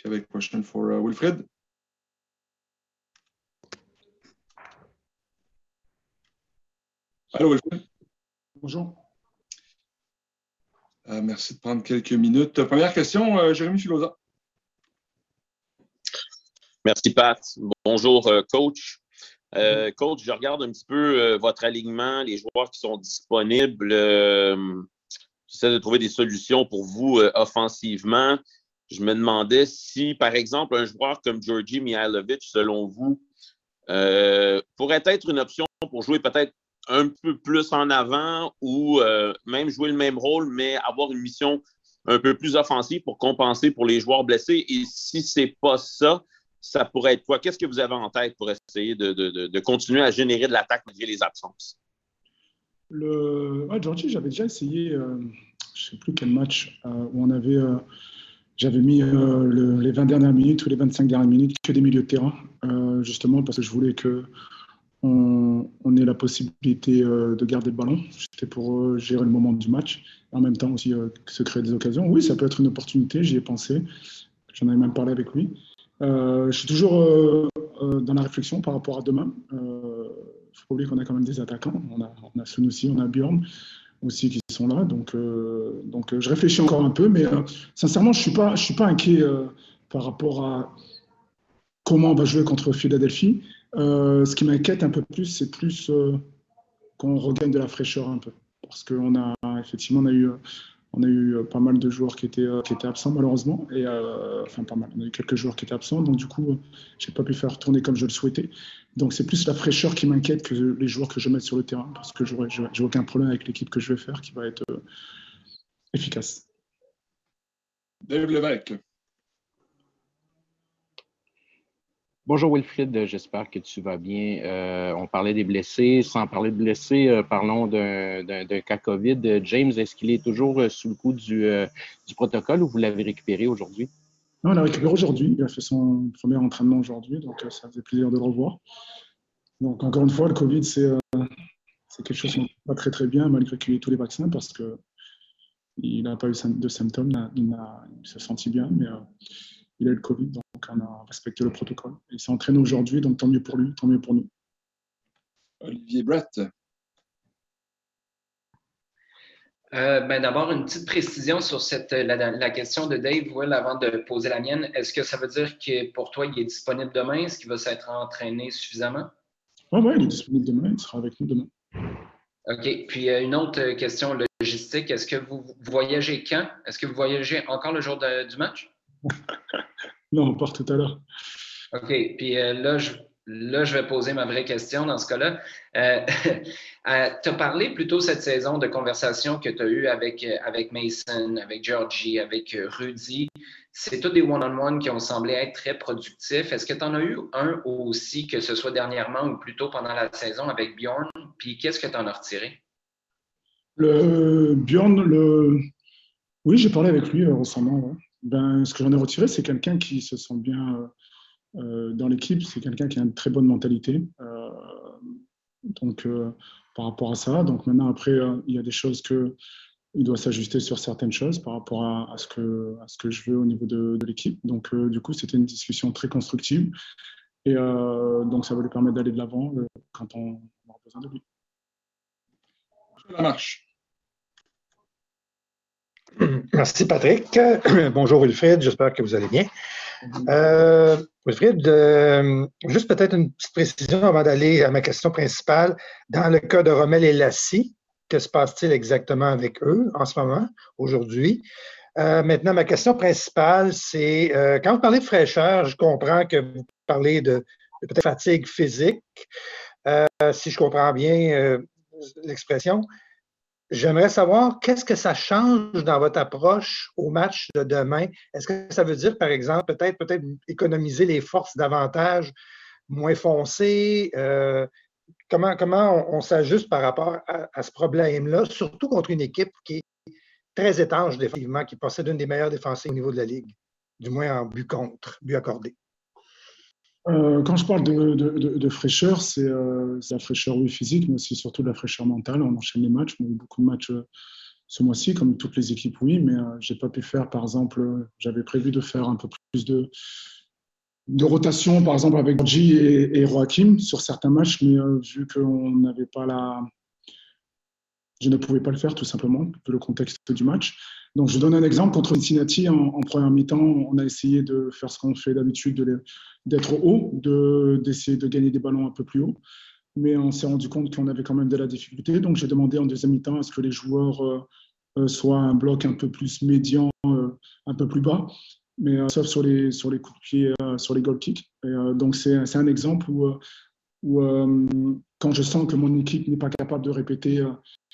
you have a question for Wilfried. Allô, Wilfried. Bonjour. Merci de prendre quelques minutes. Première question, Jérémy Filosa. Merci, Pat. Bonjour, coach. Coach, je regarde un petit peu votre alignement, les joueurs qui sont disponibles. J'essaie de trouver des solutions pour vous offensivement. Je me demandais si, par exemple, un joueur comme Georgi Mihailovic, selon vous, pourrait être une option pour jouer peut-être un peu plus en avant ou même jouer le même rôle, mais avoir une mission un peu plus offensive pour compenser pour les joueurs blessés. Et si ce n'est pas ça, ça pourrait être quoi? Qu'est-ce que vous avez en tête pour essayer de continuer à générer de l'attaque malgré les absences? Georgi, j'avais déjà essayé, je ne sais plus quel match, où on avait, j'avais mis les 20 dernières minutes ou les 25 dernières minutes que des milieux de terrain, justement parce que je voulais qu'on ait la possibilité de garder le ballon. C'était pour gérer le moment du match et en même temps aussi se créer des occasions. Oui, ça peut être une opportunité, j'y ai pensé. J'en avais même parlé avec lui. Je suis toujours dans la réflexion par rapport à demain. Il ne faut pas oublier qu'on a quand même des attaquants. On a Sunusi, on a Bjorn aussi qui sont là. Donc je réfléchis encore un peu, mais sincèrement, je ne suis pas inquiet par rapport à comment on va jouer contre Philadelphie. Ce qui m'inquiète un peu plus, c'est plus qu'on regagne de la fraîcheur un peu. Parce qu'on a effectivement, on a eu pas mal de joueurs qui étaient absents malheureusement, et enfin pas mal, on a eu quelques joueurs qui étaient absents, donc du coup je n'ai pas pu faire tourner comme je le souhaitais. Donc c'est plus la fraîcheur qui m'inquiète que les joueurs que je mets sur le terrain, parce que j'ai aucun problème avec l'équipe que je vais faire, qui va être efficace. Dave Lévesque. Bonjour Wilfried, j'espère que tu vas bien. On parlait des blessés. Sans parler de blessés, parlons d'un cas COVID. James, est-ce qu'il est toujours sous le coup du protocole ou vous l'avez récupéré aujourd'hui? Non, on l'a récupéré aujourd'hui. Il a fait son premier entraînement aujourd'hui, donc ça faisait plaisir de le revoir. Donc encore une fois, le COVID, c'est quelque chose qui ne va pas très très bien malgré qu'il ait tous les vaccins parce qu'il n'a pas eu de symptômes, il s'est senti bien, mais il a eu le Covid, donc on a respecté le protocole. Il s'est entraîné aujourd'hui, donc tant mieux pour lui, tant mieux pour nous. Olivier Brett. D'abord, une petite précision sur la question de Dave, Will, avant de poser la mienne. Est-ce que ça veut dire que pour toi, il est disponible demain? Est-ce qu'il va s'être entraîné suffisamment? Oui, il est disponible demain, il sera avec nous demain. OK. Puis une autre question logistique. Est-ce que vous voyagez quand? Est-ce que vous voyagez encore le jour du match? Non, on part tout à l'heure. OK. Puis là, je vais poser ma vraie question dans ce cas-là. Tu as parlé plus tôt cette saison de conversations que tu as eues avec Mason, avec Georgie, avec Rudy. C'est tous des one-on-one qui ont semblé être très productifs. Est-ce que tu en as eu un aussi, que ce soit dernièrement ou plutôt pendant la saison avec Bjorn? Puis qu'est-ce que tu en as retiré? Bjorn, oui, j'ai parlé avec lui récemment. Ouais. Ce que j'en ai retiré, c'est quelqu'un qui se sent bien dans l'équipe. C'est quelqu'un qui a une très bonne mentalité. Par rapport à ça, donc maintenant, après, il y a des choses il doit s'ajuster sur certaines choses par rapport à ce que je veux au niveau de l'équipe. Donc, du coup, c'était une discussion très constructive. Et donc, ça va lui permettre d'aller de l'avant quand on aura besoin de lui. Ça marche. Merci, Patrick. Bonjour, Wilfried. J'espère que vous allez bien. Wilfried, juste peut-être une petite précision avant d'aller à ma question principale. Dans le cas de Rommel et Lassie, que se passe-t-il exactement avec eux en ce moment, aujourd'hui? Maintenant, ma question principale, c'est quand vous parlez de fraîcheur, je comprends que vous parlez de peut-être fatigue physique, si je comprends bien l'expression. J'aimerais savoir qu'est-ce que ça change dans votre approche au match de demain. Est-ce que ça veut dire, par exemple, peut-être économiser les forces davantage, moins foncées? Comment on s'ajuste par rapport à ce problème-là, surtout contre une équipe qui est très étanche défensivement, qui possède une des meilleures défensives au niveau de la Ligue, du moins en but accordé? Quand je parle de fraîcheur, c'est la fraîcheur physique, mais aussi surtout de la fraîcheur mentale. On enchaîne les matchs. On a eu beaucoup de matchs ce mois-ci, comme toutes les équipes, oui, mais j'ai pas pu faire, par exemple, j'avais prévu de faire un peu plus de rotation, par exemple, avec Georgie et Joachim sur certains matchs, mais vu qu'on n'avait pas je ne pouvais pas le faire tout simplement, vu le contexte du match. Donc, je donne un exemple. Contre Cincinnati, en première mi-temps, on a essayé de faire ce qu'on fait d'habitude, d'être haut, d'essayer de gagner des ballons un peu plus haut. Mais on s'est rendu compte qu'on avait quand même de la difficulté. Donc, j'ai demandé en deuxième mi-temps à ce que les joueurs soient un bloc un peu plus médian, un peu plus bas, mais sauf sur les coups de pied, sur les goal kicks. Donc, c'est un exemple où quand je sens que mon équipe n'est pas capable de répéter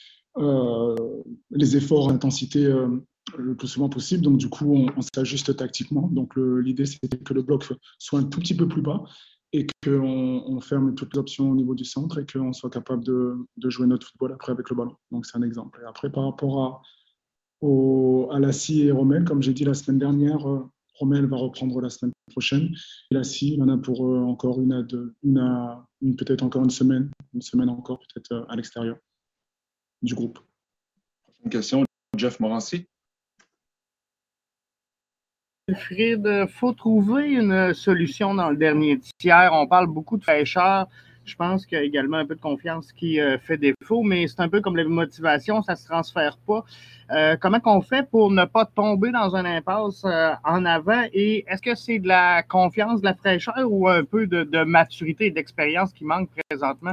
les efforts à intensité le plus souvent possible. Donc, du coup, on s'ajuste tactiquement. Donc, l'idée, c'était que le bloc soit un tout petit peu plus bas et qu'on ferme toutes les options au niveau du centre et qu'on soit capable de jouer notre football après avec le ballon. Donc, c'est un exemple. Et après, par rapport à Lassie et Rommel, comme j'ai dit la semaine dernière, Rommel va reprendre la semaine prochaine. Et Lassie, il en a pour encore peut-être encore une semaine encore, peut-être à l'extérieur du groupe. Prochaine question, Jeff Morancy. Wilfried, il faut trouver une solution dans le dernier tiers. On parle beaucoup de fraîcheur. Je pense qu'il y a également un peu de confiance qui fait défaut, mais c'est un peu comme la motivation, ça ne se transfère pas. Comment on fait pour ne pas tomber dans un impasse en avant? Et est-ce que c'est de la confiance, de la fraîcheur ou un peu de maturité et d'expérience qui manque présentement?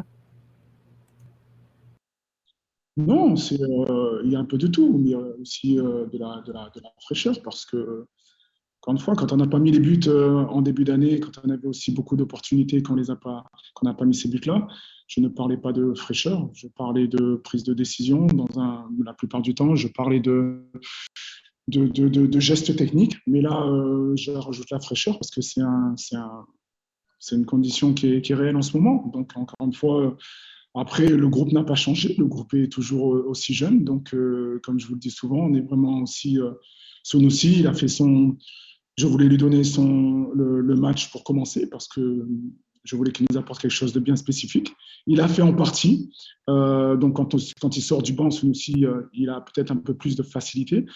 Non, il y a un peu de tout, mais il y a aussi de la fraîcheur parce que, encore une fois, quand on n'a pas mis les buts en début d'année, quand on avait aussi beaucoup d'opportunités, qu'on n'a pas mis ces buts-là, je ne parlais pas de fraîcheur, je parlais de prise de décision la plupart du temps, je parlais de gestes techniques, mais là, je rajoute la fraîcheur parce que c'est une condition qui est réelle en ce moment. Donc, encore une fois, après, le groupe n'a pas changé, le groupe est toujours aussi jeune. Donc, comme je vous le dis souvent, on est vraiment aussi Sounousi, il a fait je voulais lui donner le match pour commencer parce que je voulais qu'il nous apporte quelque chose de bien spécifique. Il a fait en partie. Donc, quand il sort du banc, Sounousi, il a peut-être un peu plus de facilité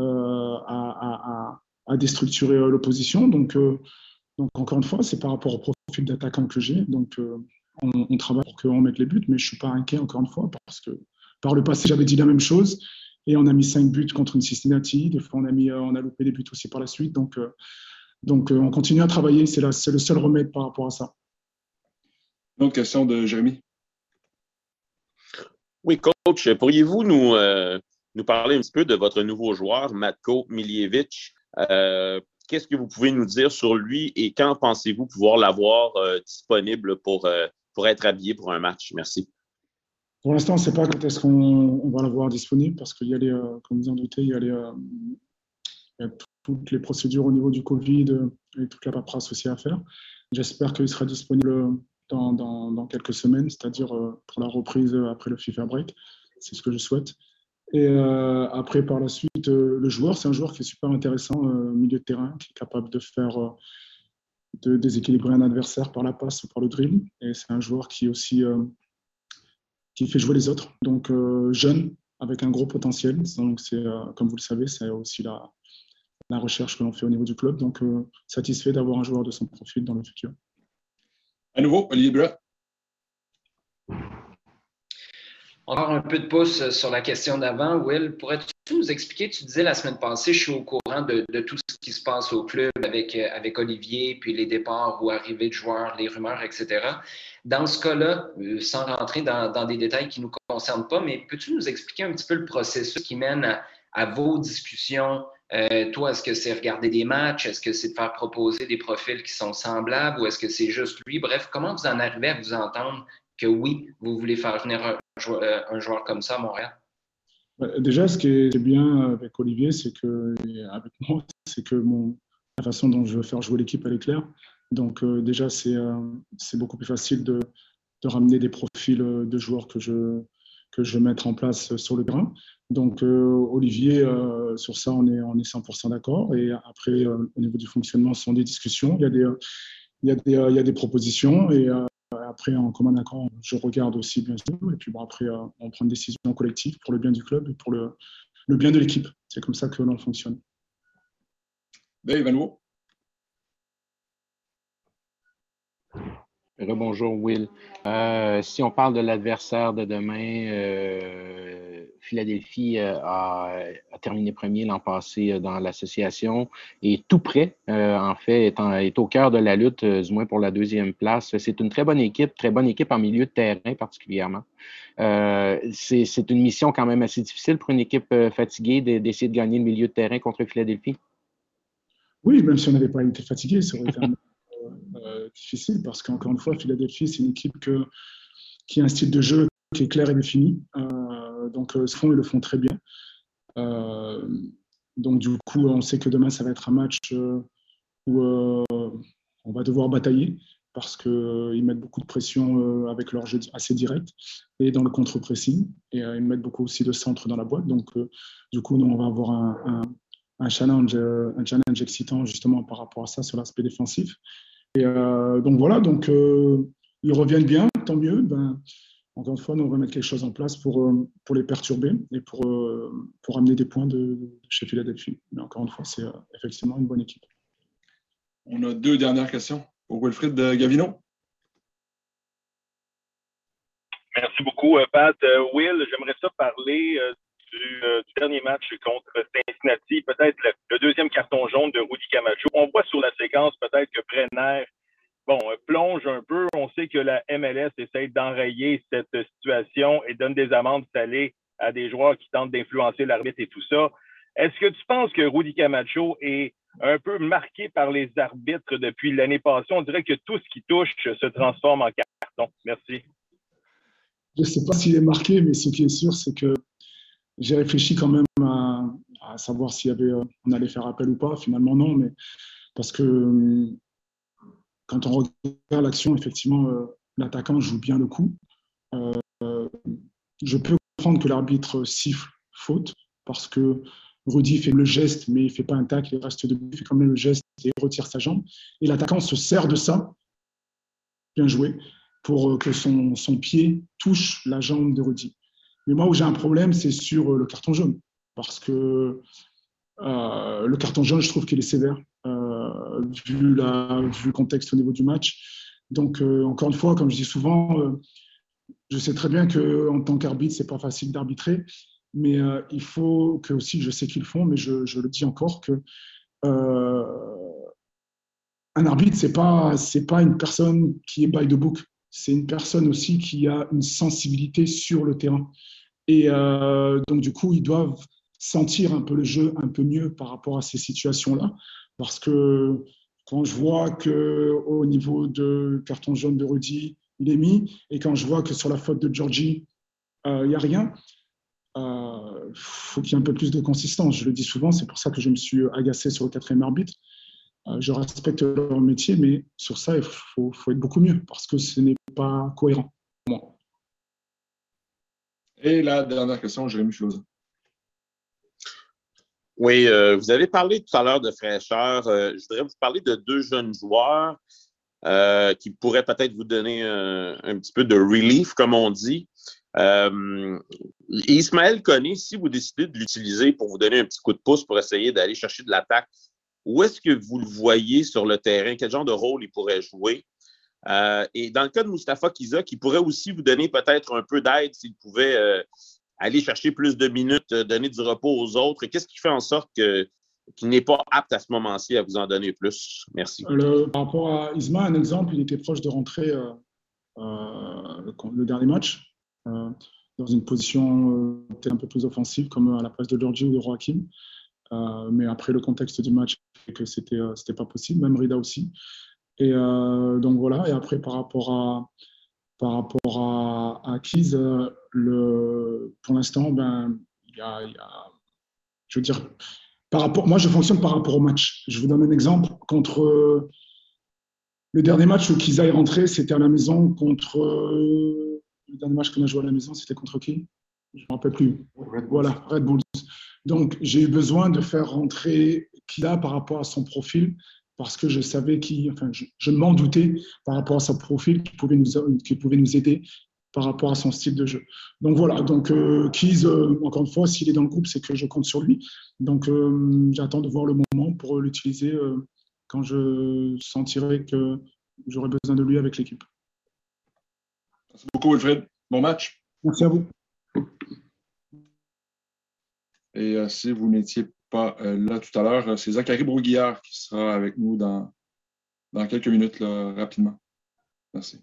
à déstructurer l'opposition. Donc, encore une fois, c'est par rapport au profil d'attaquant que j'ai. Donc, on travaille pour qu'on mette les buts, mais je ne suis pas inquiet, encore une fois, parce que par le passé, j'avais dit la même chose. Et on a mis 5 buts contre une Cincinnati. Des fois, on a loupé des buts aussi par la suite. Donc, on continue à travailler. C'est le seul remède par rapport à ça. Une autre question de Jérémy. Oui, coach, pourriez-vous nous parler un petit peu de votre nouveau joueur, Matko Miljevic? Qu'est-ce que vous pouvez nous dire sur lui et quand pensez-vous pouvoir l'avoir disponible pour être habillé pour un match? Merci. Pour l'instant, on ne sait pas quand est-ce qu'on va l'avoir disponible parce qu'il y a comme vous en doutez, il y a toutes les procédures au niveau du Covid et toute la paperasse aussi à faire. J'espère qu'il sera disponible dans quelques semaines, c'est-à-dire pour la reprise après le FIFA break. C'est ce que je souhaite. Et après, par la suite, le joueur, c'est un joueur qui est super intéressant, milieu de terrain, qui est capable de faire de déséquilibrer un adversaire par la passe ou par le dribble. Et c'est un joueur qui aussi qui fait jouer les autres. Donc jeune, avec un gros potentiel. Donc c'est, comme vous le savez, c'est aussi la recherche que l'on fait au niveau du club. Donc satisfait d'avoir un joueur de son profil dans le futur. À nouveau, Olivier Brett. Encore un peu de pouce sur la question d'avant. Will, pourrais-tu nous expliquer, tu disais la semaine passée, je suis au courant de tout ce qui se passe au club avec Olivier, puis les départs ou arrivées de joueurs, les rumeurs, etc. Dans ce cas-là, sans rentrer dans des détails qui ne nous concernent pas, mais peux-tu nous expliquer un petit peu le processus qui mène à vos discussions? Toi, est-ce que c'est regarder des matchs? Est-ce que c'est de faire proposer des profils qui sont semblables ou est-ce que c'est juste lui? Bref, comment vous en arrivez à vous entendre que oui, vous voulez faire venir un joueur comme ça à Montréal? Déjà, ce qui est bien avec Olivier, avec moi, c'est que la façon dont je veux faire jouer l'équipe, elle est claire. Donc déjà, c'est beaucoup plus facile de ramener des profils de joueurs que je veux mettre en place sur le terrain. Donc Olivier, sur ça, on est 100% d'accord. Et après, au niveau du fonctionnement, ce sont des discussions. Il y a des propositions et après, en commun accord, je regarde aussi, bien sûr. Et puis après, on prend une décision collective pour le bien du club et pour le bien de l'équipe. C'est comme ça que l'on fonctionne. Dave, à nouveau. Rebonjour, Will. Si on parle de l'adversaire de demain, Philadelphie a terminé premier l'an passé dans l'association et tout près, en fait, est au cœur de la lutte, du moins pour la deuxième place. C'est une très bonne équipe en milieu de terrain particulièrement. C'est une mission quand même assez difficile pour une équipe fatiguée d'essayer de gagner le milieu de terrain contre Philadelphie. Oui, même si on n'avait pas été fatigué, ça aurait été difficile parce qu'encore une fois, Philadelphie, c'est une équipe qui a un style de jeu qui est clair et défini. Donc, ils le font très bien. Donc, du coup, on sait que demain, ça va être un match où on va devoir batailler parce qu'ils mettent beaucoup de pression avec leur jeu assez direct et dans le contre-pressing. Et ils mettent beaucoup aussi de centre dans la boîte. Donc, du coup, nous, on va avoir un challenge excitant justement par rapport à ça sur l'aspect défensif. Et donc voilà, ils reviennent bien, tant mieux. Encore une fois, nous on va mettre quelque chose en place pour les perturber et pour amener des points de chez Philadelphie. Mais encore une fois, c'est effectivement une bonne équipe. On a 2 dernières questions pour Wilfried Gavino. Merci beaucoup, Pat. Will, j'aimerais ça parler du dernier match contre Cincinnati, peut-être le deuxième carton jaune de Rudy Camacho. On voit sur la séquence peut-être que Brenner plonge un peu. On sait que la MLS essaie d'enrayer cette situation et donne des amendes salées à des joueurs qui tentent d'influencer l'arbitre et tout ça. Est-ce que tu penses que Rudy Camacho est un peu marqué par les arbitres depuis l'année passée? On dirait que tout ce qui touche se transforme en carton. Merci. Je ne sais pas s'il est marqué, mais ce qui est sûr, c'est que j'ai réfléchi quand même à savoir si on allait faire appel ou pas. Finalement, non, mais parce que quand on regarde l'action, effectivement, l'attaquant joue bien le coup. Je peux comprendre que l'arbitre siffle faute parce que Rudy fait le geste, mais il ne fait pas un tacle, il reste debout, il fait quand même le geste et il retire sa jambe. Et l'attaquant se sert de ça, bien joué, pour que son pied touche la jambe de Rudy. Mais moi, où j'ai un problème, c'est sur le carton jaune. Parce que le carton jaune, je trouve qu'il est sévère, vu le contexte au niveau du match. Donc, encore une fois, comme je dis souvent, je sais très bien qu'en tant qu'arbitre, ce n'est pas facile d'arbitrer. Mais il faut que aussi, je sais qu'ils le font, mais je le dis encore, que un arbitre, ce n'est pas une personne qui est by the book. C'est une personne aussi qui a une sensibilité sur le terrain. Et donc, du coup, ils doivent sentir un peu le jeu un peu mieux par rapport à ces situations-là. Parce que quand je vois qu'au niveau de carton jaune de Rudy, il est mis, et quand je vois que sur la faute de Georgie, il n'y a rien, faut qu'il y ait un peu plus de consistance. Je le dis souvent, c'est pour ça que je me suis agacé sur le 4e arbitre. Je respecte leur métier, mais sur ça, il faut être beaucoup mieux parce que ce n'est pas cohérent pour moi. Et la dernière question, Jérémy Filosa. Oui, vous avez parlé tout à l'heure de fraîcheur. Je voudrais vous parler de 2 jeunes joueurs qui pourraient peut-être vous donner un petit peu de relief, comme on dit. Ismaël Koné, si vous décidez de l'utiliser pour vous donner un petit coup de pouce pour essayer d'aller chercher de l'attaque, où est-ce que vous le voyez sur le terrain? Quel genre de rôle il pourrait jouer? Et dans le cas de Moustapha Kizza, qui pourrait aussi vous donner peut-être un peu d'aide s'il pouvait aller chercher plus de minutes, donner du repos aux autres. Qu'est-ce qui fait en sorte qu'il n'est pas apte à ce moment-ci à vous en donner plus? Merci. Par rapport à Isma, un exemple, il était proche de rentrer le dernier match dans une position peut-être un peu plus offensive, comme à la place de Georgie ou de Joachim. Mais après, le contexte du match, c'est que c'était pas possible, même Rida aussi. Et donc voilà. Et après, par rapport à Keys, pour l'instant, je veux dire, moi, je fonctionne par rapport au match. Je vous donne un exemple. Contre le dernier match où Kiza est rentré, c'était à la maison contre. Le dernier match qu'on a joué à la maison, c'était contre qui? Je ne me rappelle plus. Voilà, Red Bulls. Donc, j'ai eu besoin de faire rentrer Kiza par rapport à son profil, parce que je savais je m'en doutais par rapport à son profil qui pouvait nous aider par rapport à son style de jeu. Donc voilà, donc Keys, encore une fois, s'il est dans le groupe, c'est que je compte sur lui. Donc j'attends de voir le moment pour l'utiliser quand je sentirai que j'aurai besoin de lui avec l'équipe. Merci beaucoup, Wilfried. Bon match. Merci à vous. Et si vous n'étiez pas là tout à l'heure, c'est Zachary Broguillard qui sera avec nous dans quelques minutes, là, rapidement. Merci.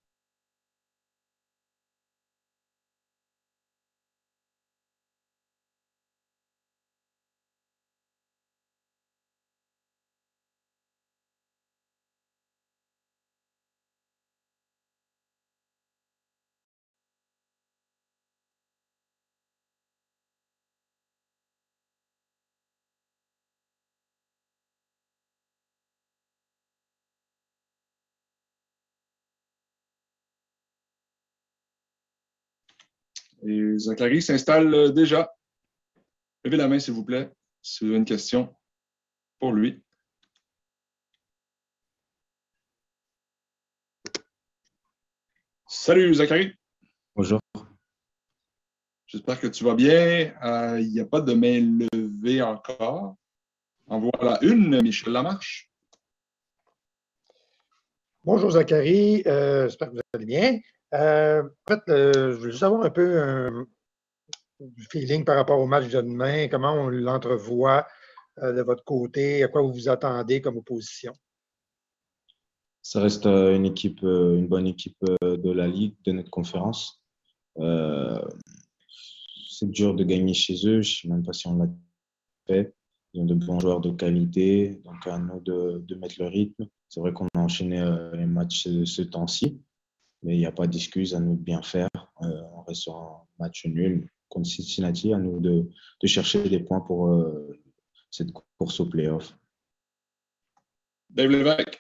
Et Zachary s'installe déjà. Levez la main, s'il vous plaît, si vous avez une question pour lui. Salut, Zachary. Bonjour. J'espère que tu vas bien. Il n'y a pas de main levée encore. En voilà une, Michel Lamarche. Bonjour Zachary, j'espère que vous allez bien. En fait, je voulais juste avoir un peu du feeling par rapport au match de demain, comment on l'entrevoit de votre côté, à quoi vous vous attendez comme opposition. Ça reste une bonne équipe de la Ligue, de notre conférence. C'est dur de gagner chez eux, je ne sais même pas si on l'a fait. Ils ont de bons joueurs de qualité, donc à nous de mettre le rythme. C'est vrai qu'on a enchaîné les matchs ce temps-ci, mais il n'y a pas d'excuse, à nous de bien faire. On reste sur un match nul contre Cincinnati, à nous de chercher des points pour cette course au play-off. Dave Lévesque.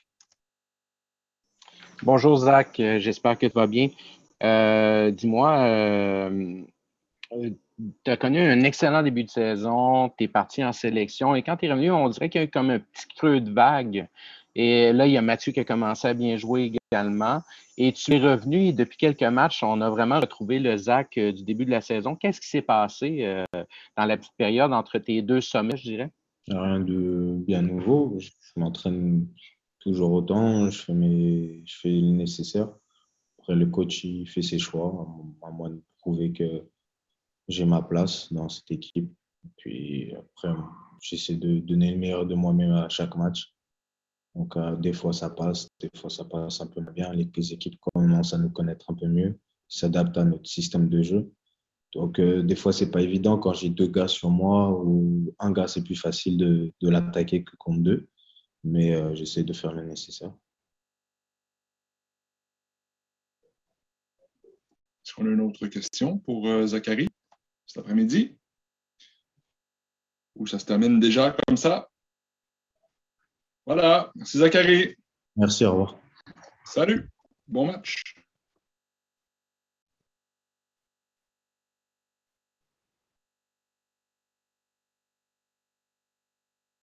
Bonjour Zach, j'espère que tu vas bien. Dis-moi, tu as connu un excellent début de saison, tu es parti en sélection et quand tu es revenu, on dirait qu'il y a eu comme un petit creux de vague. Et là, il y a Mathieu qui a commencé à bien jouer également. Et tu es revenu et depuis quelques matchs, on a vraiment retrouvé le Zach du début de la saison. Qu'est-ce qui s'est passé dans la petite période entre tes deux sommets, je dirais? Rien de bien nouveau. Je m'entraîne toujours autant, je fais le nécessaire. Après, le coach, il fait ses choix, à moi de prouver que j'ai ma place dans cette équipe. Puis après, j'essaie de donner le meilleur de moi-même à chaque match. Donc, des fois, ça passe, des fois, ça passe un peu moins bien. Les équipes commencent à nous connaître un peu mieux, s'adaptent à notre système de jeu. Donc, des fois, c'est pas évident quand j'ai deux gars sur moi ou un gars, c'est plus facile de l'attaquer que contre deux. Mais j'essaie de faire le nécessaire. Est-ce qu'on a une autre question pour Zachary cet après-midi? Ou ça se termine déjà comme ça? Voilà. Merci Zachary. Merci, au revoir. Salut. Bon match.